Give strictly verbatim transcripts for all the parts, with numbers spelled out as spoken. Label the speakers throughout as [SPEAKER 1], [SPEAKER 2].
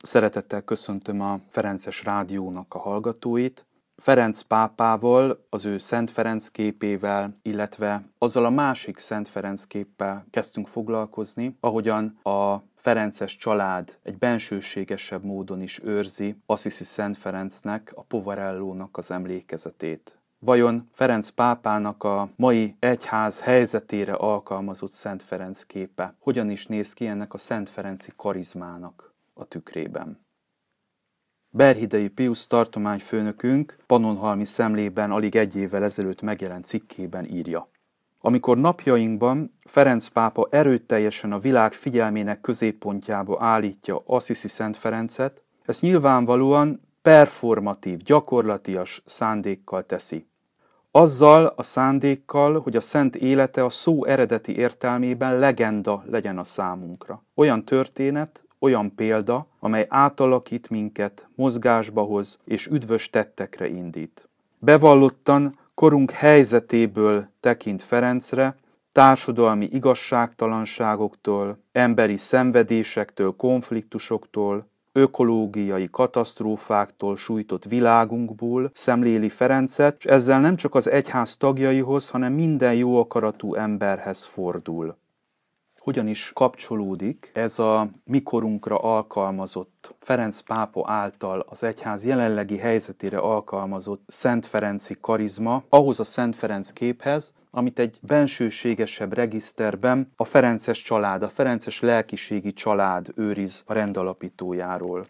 [SPEAKER 1] Szeretettel köszöntöm a Ferences Rádiónak a hallgatóit. Ferenc pápával, az ő Szent Ferenc képével, illetve azzal a másik Szent Ferenc képpel kezdtünk foglalkozni, ahogyan a ferences család egy bensőségesebb módon is őrzi Assisi Szent Ferencnek, a Poverellónak az emlékezetét. Vajon Ferenc pápának a mai egyház helyzetére alkalmazott Szent Ferenc képe hogyan is néz ki ennek a Szent Ferenci karizmának a tükrében? Berhidei Piusz tartományfőnökünk Pannonhalmi Szemlében alig egy évvel ezelőtt megjelent cikkében írja: amikor napjainkban Ferenc pápa erőteljesen a világ figyelmének középpontjába állítja Assisi Szent Ferencet, ezt nyilvánvalóan performatív, gyakorlatias szándékkal teszi. Azzal a szándékkal, hogy a szent élete a szó eredeti értelmében legenda legyen a számunkra. Olyan történet, olyan példa, amely átalakít minket, mozgásba hoz és üdvös tettekre indít. Bevallottan korunk helyzetéből tekint Ferencre, társadalmi igazságtalanságoktól, emberi szenvedésektől, konfliktusoktól, ökológiai katasztrófáktól sújtott világunkból szemléli Ferencet, és ezzel nem csak az egyház tagjaihoz, hanem minden jó akaratú emberhez fordul. Hogyan is kapcsolódik ez a mikorunkra alkalmazott, Ferenc pápa által az egyház jelenlegi helyzetére alkalmazott Szent Ferenci karizma ahhoz a Szent Ferenc képhez, amit egy bensőségesebb regiszterben a ferences család, a ferences lelkiségi család őriz a rendalapítójáról.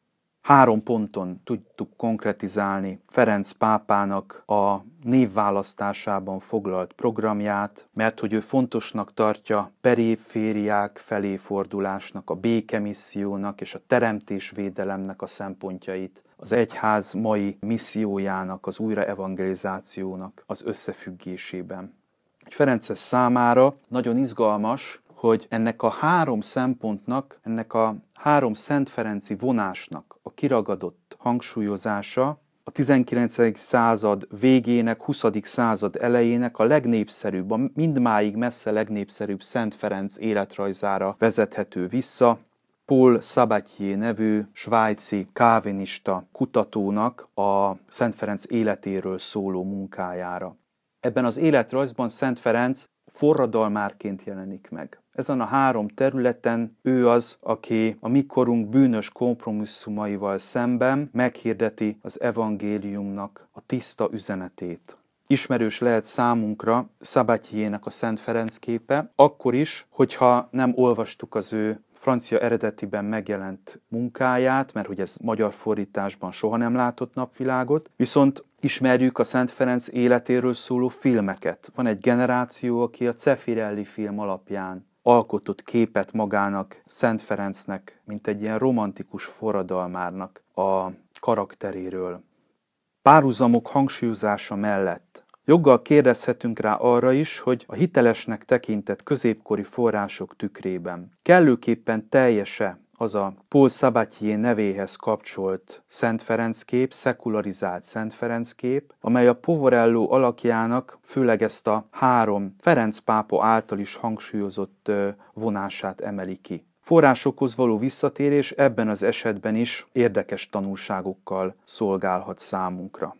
[SPEAKER 1] Három ponton tudtuk konkretizálni Ferenc pápának a névválasztásában foglalt programját, mert hogy ő fontosnak tartja perifériák felé fordulásnak, a békemissziónak és a teremtésvédelemnek a szempontjait, az egyház mai missziójának, az újraevangelizációnak az összefüggésében. Ferences számára nagyon izgalmas, hogy ennek a három szempontnak, ennek a három szentferenci vonásnak a kiragadott hangsúlyozása a tizenkilencedik század végének, huszadik század elejének a legnépszerűbb, a mindmáig messze legnépszerűbb Szent Ferenc életrajzára vezethető vissza. Paul Sabatier nevű svájci kálvinista kutatónak a Szent Ferenc életéről szóló munkájára. Ebben az életrajzban Szent Ferenc forradalmárként jelenik meg. Ezen a három területen ő az, aki a mikorunk bűnös kompromisszumaival szemben meghirdeti az evangéliumnak a tiszta üzenetét. Ismerős lehet számunkra Sabatiernek a Szent Ferenc képe, akkor is, hogyha nem olvastuk az ő francia eredetiben megjelent munkáját, mert hogy ez magyar fordításban soha nem látott napvilágot, viszont ismerjük a Szent Ferenc életéről szóló filmeket. Van egy generáció, aki a Zeffirelli film alapján alkotott képet magának, Szent Ferencnek, mint egy ilyen romantikus forradalmárnak a karakteréről. Párhuzamok hangsúlyozása mellett joggal kérdezhetünk rá arra is, hogy a hitelesnek tekintett középkori források tükrében kellőképpen teljes-e az a Paul Sabatier nevéhez kapcsolt Szent Ferenc kép, szekularizált Szent Ferenc kép, amely a Poverello alakjának főleg ezt a három Ferenc pápa által is hangsúlyozott vonását emeli ki. Forrásokhoz való visszatérés ebben az esetben is érdekes tanulságokkal szolgálhat számunkra.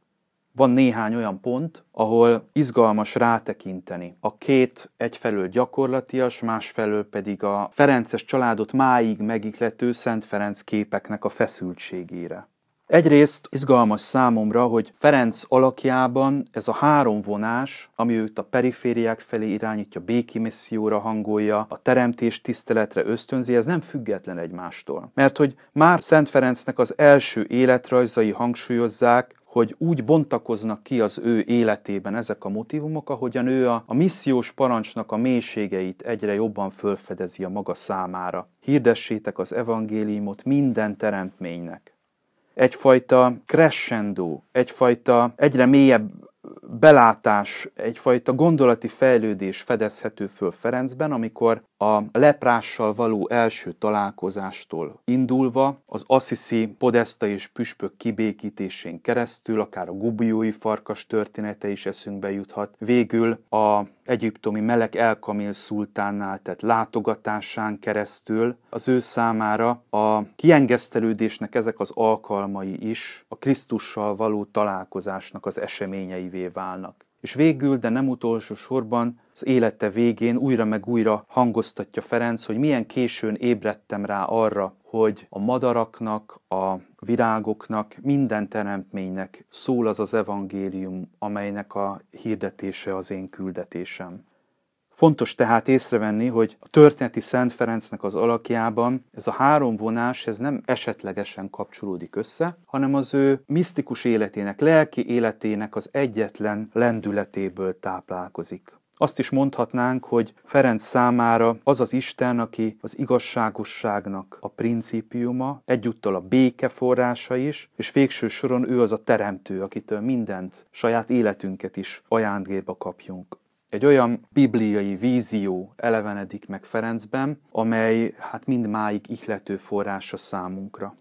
[SPEAKER 1] Van néhány olyan pont, ahol izgalmas rátekinteni a két egyfelől gyakorlatias, másfelől pedig a ferences családot máig megihlető Szent Ferenc képeknek a feszültségére. Egyrészt izgalmas számomra, hogy Ferenc alakjában ez a három vonás, ami őt a perifériák felé irányítja, békemisszióra hangolja, a teremtés tiszteletre ösztönzi, ez nem független egymástól. Mert hogy már Szent Ferencnek az első életrajzai hangsúlyozzák, hogy úgy bontakoznak ki az ő életében ezek a motívumok, ahogyan ő a, a missziós parancsnak a mélységeit egyre jobban fölfedezi a maga számára. Hirdessétek az evangéliumot minden teremtménynek. Egyfajta crescendo, egyfajta egyre mélyebb belátás, egyfajta gondolati fejlődés fedezhető föl Ferencben, amikor A leprással való első találkozástól indulva, az Assisi podeszta és püspök kibékítésén keresztül, akár a gubiói farkas története is eszünkbe juthat, végül a egyiptomi Melek el-Kamil szultánnál tett látogatásán keresztül az ő számára a kiengesztelődésnek ezek az alkalmai is a Krisztussal való találkozásnak az eseményeivé válnak. És végül, de nem utolsó sorban, az élete végén újra meg újra hangoztatja Ferenc, hogy milyen későn ébredtem rá arra, hogy a madaraknak, a virágoknak, minden teremtménynek szól az az evangélium, amelynek a hirdetése az én küldetésem. Fontos tehát észrevenni, hogy a történeti Szent Ferencnek az alakjában ez a három vonás ez nem esetlegesen kapcsolódik össze, hanem az ő misztikus életének, lelki életének az egyetlen lendületéből táplálkozik. Azt is mondhatnánk, hogy Ferenc számára az az Isten, aki az igazságosságnak a principiuma, egyúttal a béke forrása is, és végső soron ő az a teremtő, akitől mindent, saját életünket is ajándékba kapjunk. Egy olyan bibliai vízió elevenedik meg Ferencben, amely hát mindmáig ihlető forrása számunkra.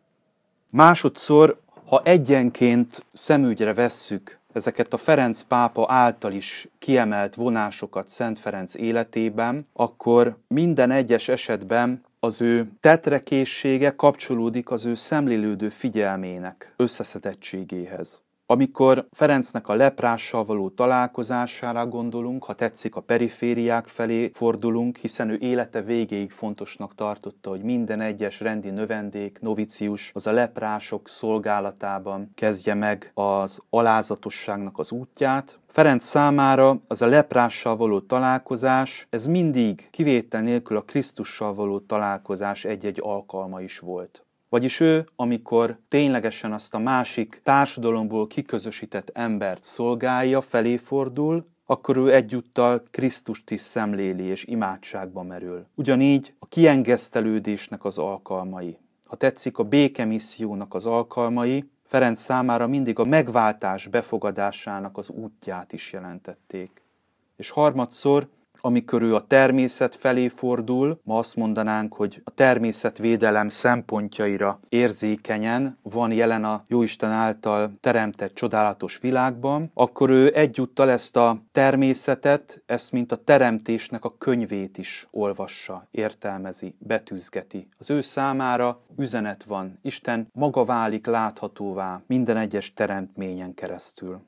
[SPEAKER 1] Másodszor, ha egyenként szemügyre vesszük ezeket a Ferenc pápa által is kiemelt vonásokat Szent Ferenc életében, akkor minden egyes esetben az ő tetrekészsége kapcsolódik az ő szemlélődő figyelmének összeszedettségéhez. Amikor Ferencnek a leprással való találkozására gondolunk, ha tetszik, a perifériák felé fordulunk, hiszen ő élete végéig fontosnak tartotta, hogy minden egyes rendi növendék, novicius az a leprások szolgálatában kezdje meg az alázatosságnak az útját. Ferenc számára az a leprással való találkozás, ez mindig kivétel nélkül a Krisztussal való találkozás egy-egy alkalma is volt. Vagyis ő, amikor ténylegesen azt a másik társadalomból kiközösített embert szolgálja, felé fordul, akkor ő egyúttal Krisztust is szemléli és imádságba merül. Ugyanígy a kiengesztelődésnek az alkalmai, ha tetszik, a békemissziónak az alkalmai, Ferenc számára mindig a megváltás befogadásának az útját is jelentették. És harmadszor, amikor ő a természet felé fordul, ma azt mondanánk, hogy a természetvédelem szempontjaira érzékenyen van jelen a Jóisten által teremtett csodálatos világban, akkor ő egyúttal ezt a természetet, ezt mint a teremtésnek a könyvét is olvassa, értelmezi, betűzgeti. Az ő számára üzenet van. Isten maga válik láthatóvá minden egyes teremtményen keresztül.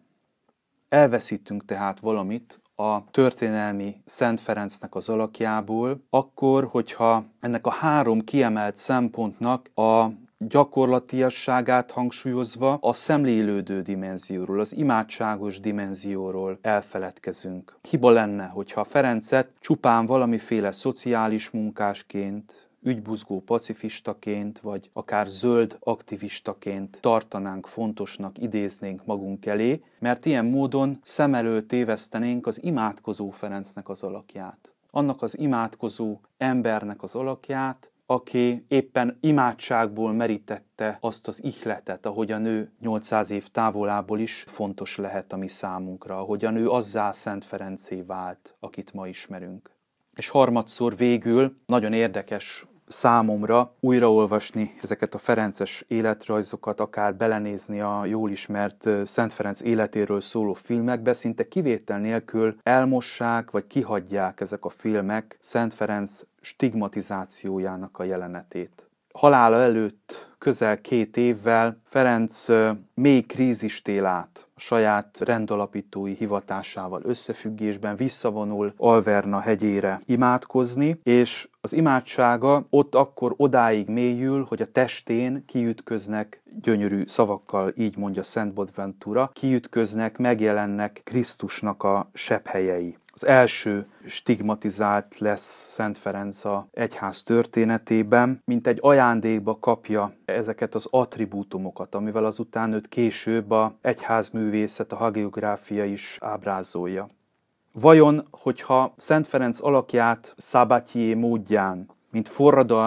[SPEAKER 1] Elveszítünk tehát valamit a történelmi Szent Ferencnek az alakjából, akkor, hogyha ennek a három kiemelt szempontnak a gyakorlatiasságát hangsúlyozva a szemlélődő dimenzióról, az imádságos dimenzióról elfeledkezünk. Hiba lenne, hogyha Ferencet csupán valamiféle szociális munkásként, ügybuzgó pacifistaként, vagy akár zöld aktivistaként tartanánk fontosnak, idéznénk magunk elé, mert ilyen módon szem elől tévesztenénk az imádkozó Ferencnek az alakját. Annak az imádkozó embernek az alakját, aki éppen imádságból merítette azt az ihletet, ahogy a nő nyolcszáz év távolából is fontos lehet a mi számunkra, ahogy a nő azzá Szent Ferencé vált, akit ma ismerünk. És harmadszor végül nagyon érdekes számomra újraolvasni ezeket a ferences életrajzokat, akár belenézni a jól ismert Szent Ferenc életéről szóló filmekbe, szinte kivétel nélkül elmossák vagy kihagyják ezek a filmek Szent Ferenc stigmatizációjának a jelenetét. Halála előtt közel két évvel Ferenc mély krízist él át a saját rendalapítói hivatásával összefüggésben, visszavonul Alverna hegyére imádkozni, és az imádsága ott akkor odáig mélyül, hogy a testén kiütköznek, gyönyörű szavakkal így mondja Szent Bonaventura, kiütköznek, megjelennek Krisztusnak a sebhelyei. Az első stigmatizált lesz Szent Ferenc az egyház történetében, mint egy ajándékba kapja ezeket az attribútumokat, amivel azután őt később az egyházművészet, a hagiográfia is ábrázolja. Vajon, hogyha Szent Ferenc alakját Sabatier módján, mint forradalmi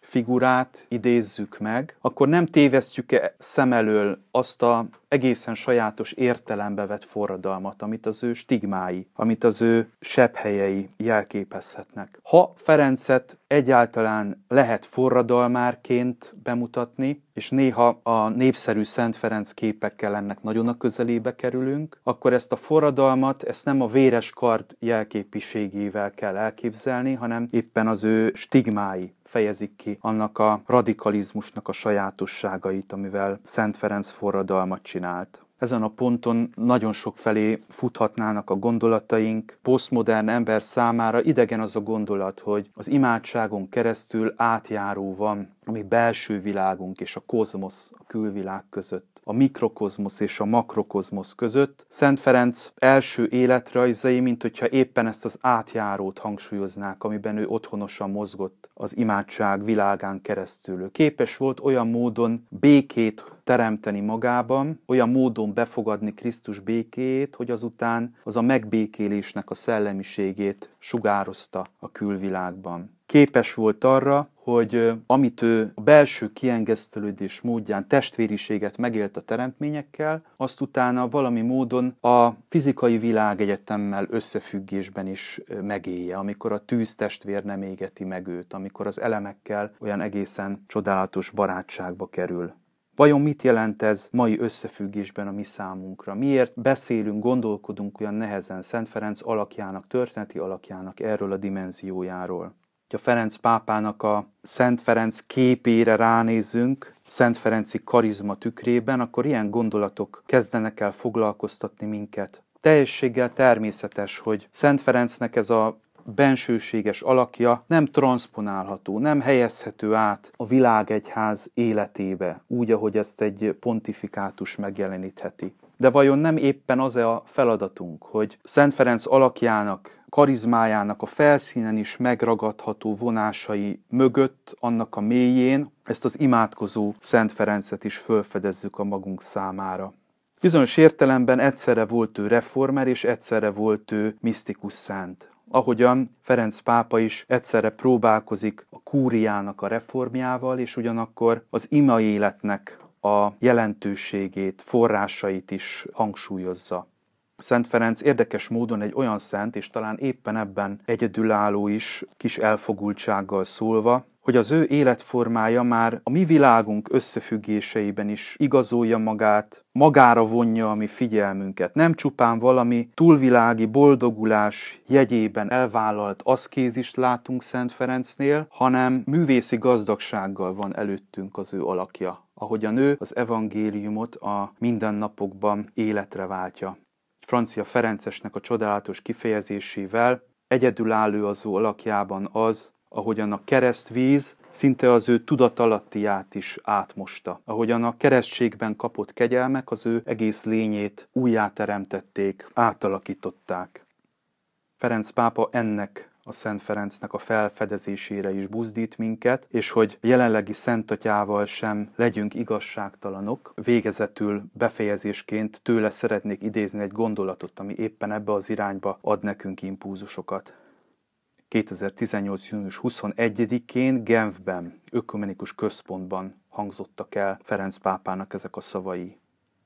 [SPEAKER 1] figurát idézzük meg, akkor nem tévesztjük-e szem elől azt a egészen sajátos értelembe vett forradalmat, amit az ő stigmái, amit az ő sebhelyei jelképezhetnek. Ha Ferencet egyáltalán lehet forradalmárként bemutatni, és néha a népszerű Szent Ferenc képekkel ennek nagyon a közelébe kerülünk, akkor ezt a forradalmat, ezt nem a véres kard jelképiségével kell elképzelni, hanem éppen az ő stigmái fejezik ki annak a radikalizmusnak a sajátosságait, amivel Szent Ferenc forradalmat csinált. Ezen a ponton nagyon sok felé futhatnának a gondolataink. Posztmodern ember számára idegen az a gondolat, hogy az imádságon keresztül átjáró van a mi belső világunk és a kozmosz, a külvilág között, a mikrokozmosz és a makrokozmosz között. Szent Ferenc első életrajzai, mint hogyha éppen ezt az átjárót hangsúlyoznák, amiben ő otthonosan mozgott az imádság világán keresztül. Ő képes volt olyan módon békét teremteni magában, olyan módon befogadni Krisztus békéjét, hogy azután az a megbékélésnek a szellemiségét sugározta a külvilágban. Képes volt arra, hogy amit ő a belső kiengesztelődés módján testvériséget megélt a teremtményekkel, azt utána valami módon a fizikai világegyetemmel összefüggésben is megélje, amikor a tűztestvér nem égeti meg őt, amikor az elemekkel olyan egészen csodálatos barátságba kerül. Vajon mit jelent ez mai összefüggésben a mi számunkra? Miért beszélünk, gondolkodunk olyan nehezen Szent Ferenc alakjának, történeti alakjának erről a dimenziójáról? Ha Ferenc pápának a Szent Ferenc képére ránézünk, Szent Ferenci karizma tükrében, akkor ilyen gondolatok kezdenek el foglalkoztatni minket. Teljességgel természetes, hogy Szent Ferencnek ez a bensőséges alakja nem transzponálható, nem helyezhető át a világegyház életébe, úgy, ahogy ezt egy pontifikátus megjelenítheti. De vajon nem éppen az-e a feladatunk, hogy Szent Ferenc alakjának, karizmájának a felszínen is megragadható vonásai mögött, annak a mélyén, ezt az imádkozó Szent Ferencet is felfedezzük a magunk számára. Bizonyos értelemben egyszerre volt ő reformer, és egyszerre volt ő misztikus szent. Ahogyan Ferenc pápa is egyszerre próbálkozik a kúriának a reformjával, és ugyanakkor az ima életnek a jelentőségét, forrásait is hangsúlyozza. Szent Ferenc érdekes módon egy olyan szent, és talán éppen ebben egyedülálló is, kis elfogultsággal szólva, hogy az ő életformája már a mi világunk összefüggéseiben is igazolja magát, magára vonja a mi figyelmünket. Nem csupán valami túlvilági boldogulás jegyében elvállalt aszkézist látunk Szent Ferencnél, hanem művészi gazdagsággal van előttünk az ő alakja, ahogyan ő az evangéliumot a mindennapokban életre váltja. Francia Ferencesnek a csodálatos kifejezésével egyedülálló az ő alakjában az, ahogyan a keresztvíz szinte az ő tudatalattiát is átmosta. Ahogyan a keresztségben kapott kegyelmek az ő egész lényét újjáteremtették, átalakították. Ferenc pápa ennek a Szent Ferencnek a felfedezésére is buzdít minket, és hogy jelenlegi szentatyával sem legyünk igazságtalanok. Végezetül befejezésként tőle szeretnék idézni egy gondolatot, ami éppen ebbe az irányba ad nekünk impulzusokat. kétezer-tizennyolc. június huszonegyedikén Genfben, ökumenikus központban hangzottak el Ferenc pápának ezek a szavai.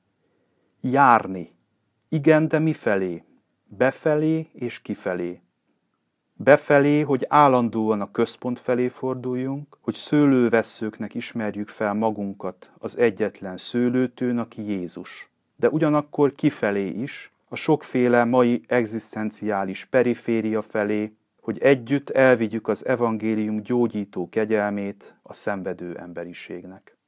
[SPEAKER 1] Járni. Igen, de mifelé? Befelé és kifelé. Befelé, hogy állandóan a központ felé forduljunk, hogy szőlővesszőknek ismerjük fel magunkat az egyetlen szőlőtőn, aki Jézus. De ugyanakkor kifelé is, a sokféle mai egzisztenciális periféria felé, hogy együtt elvigyük az evangélium gyógyító kegyelmét a szenvedő emberiségnek.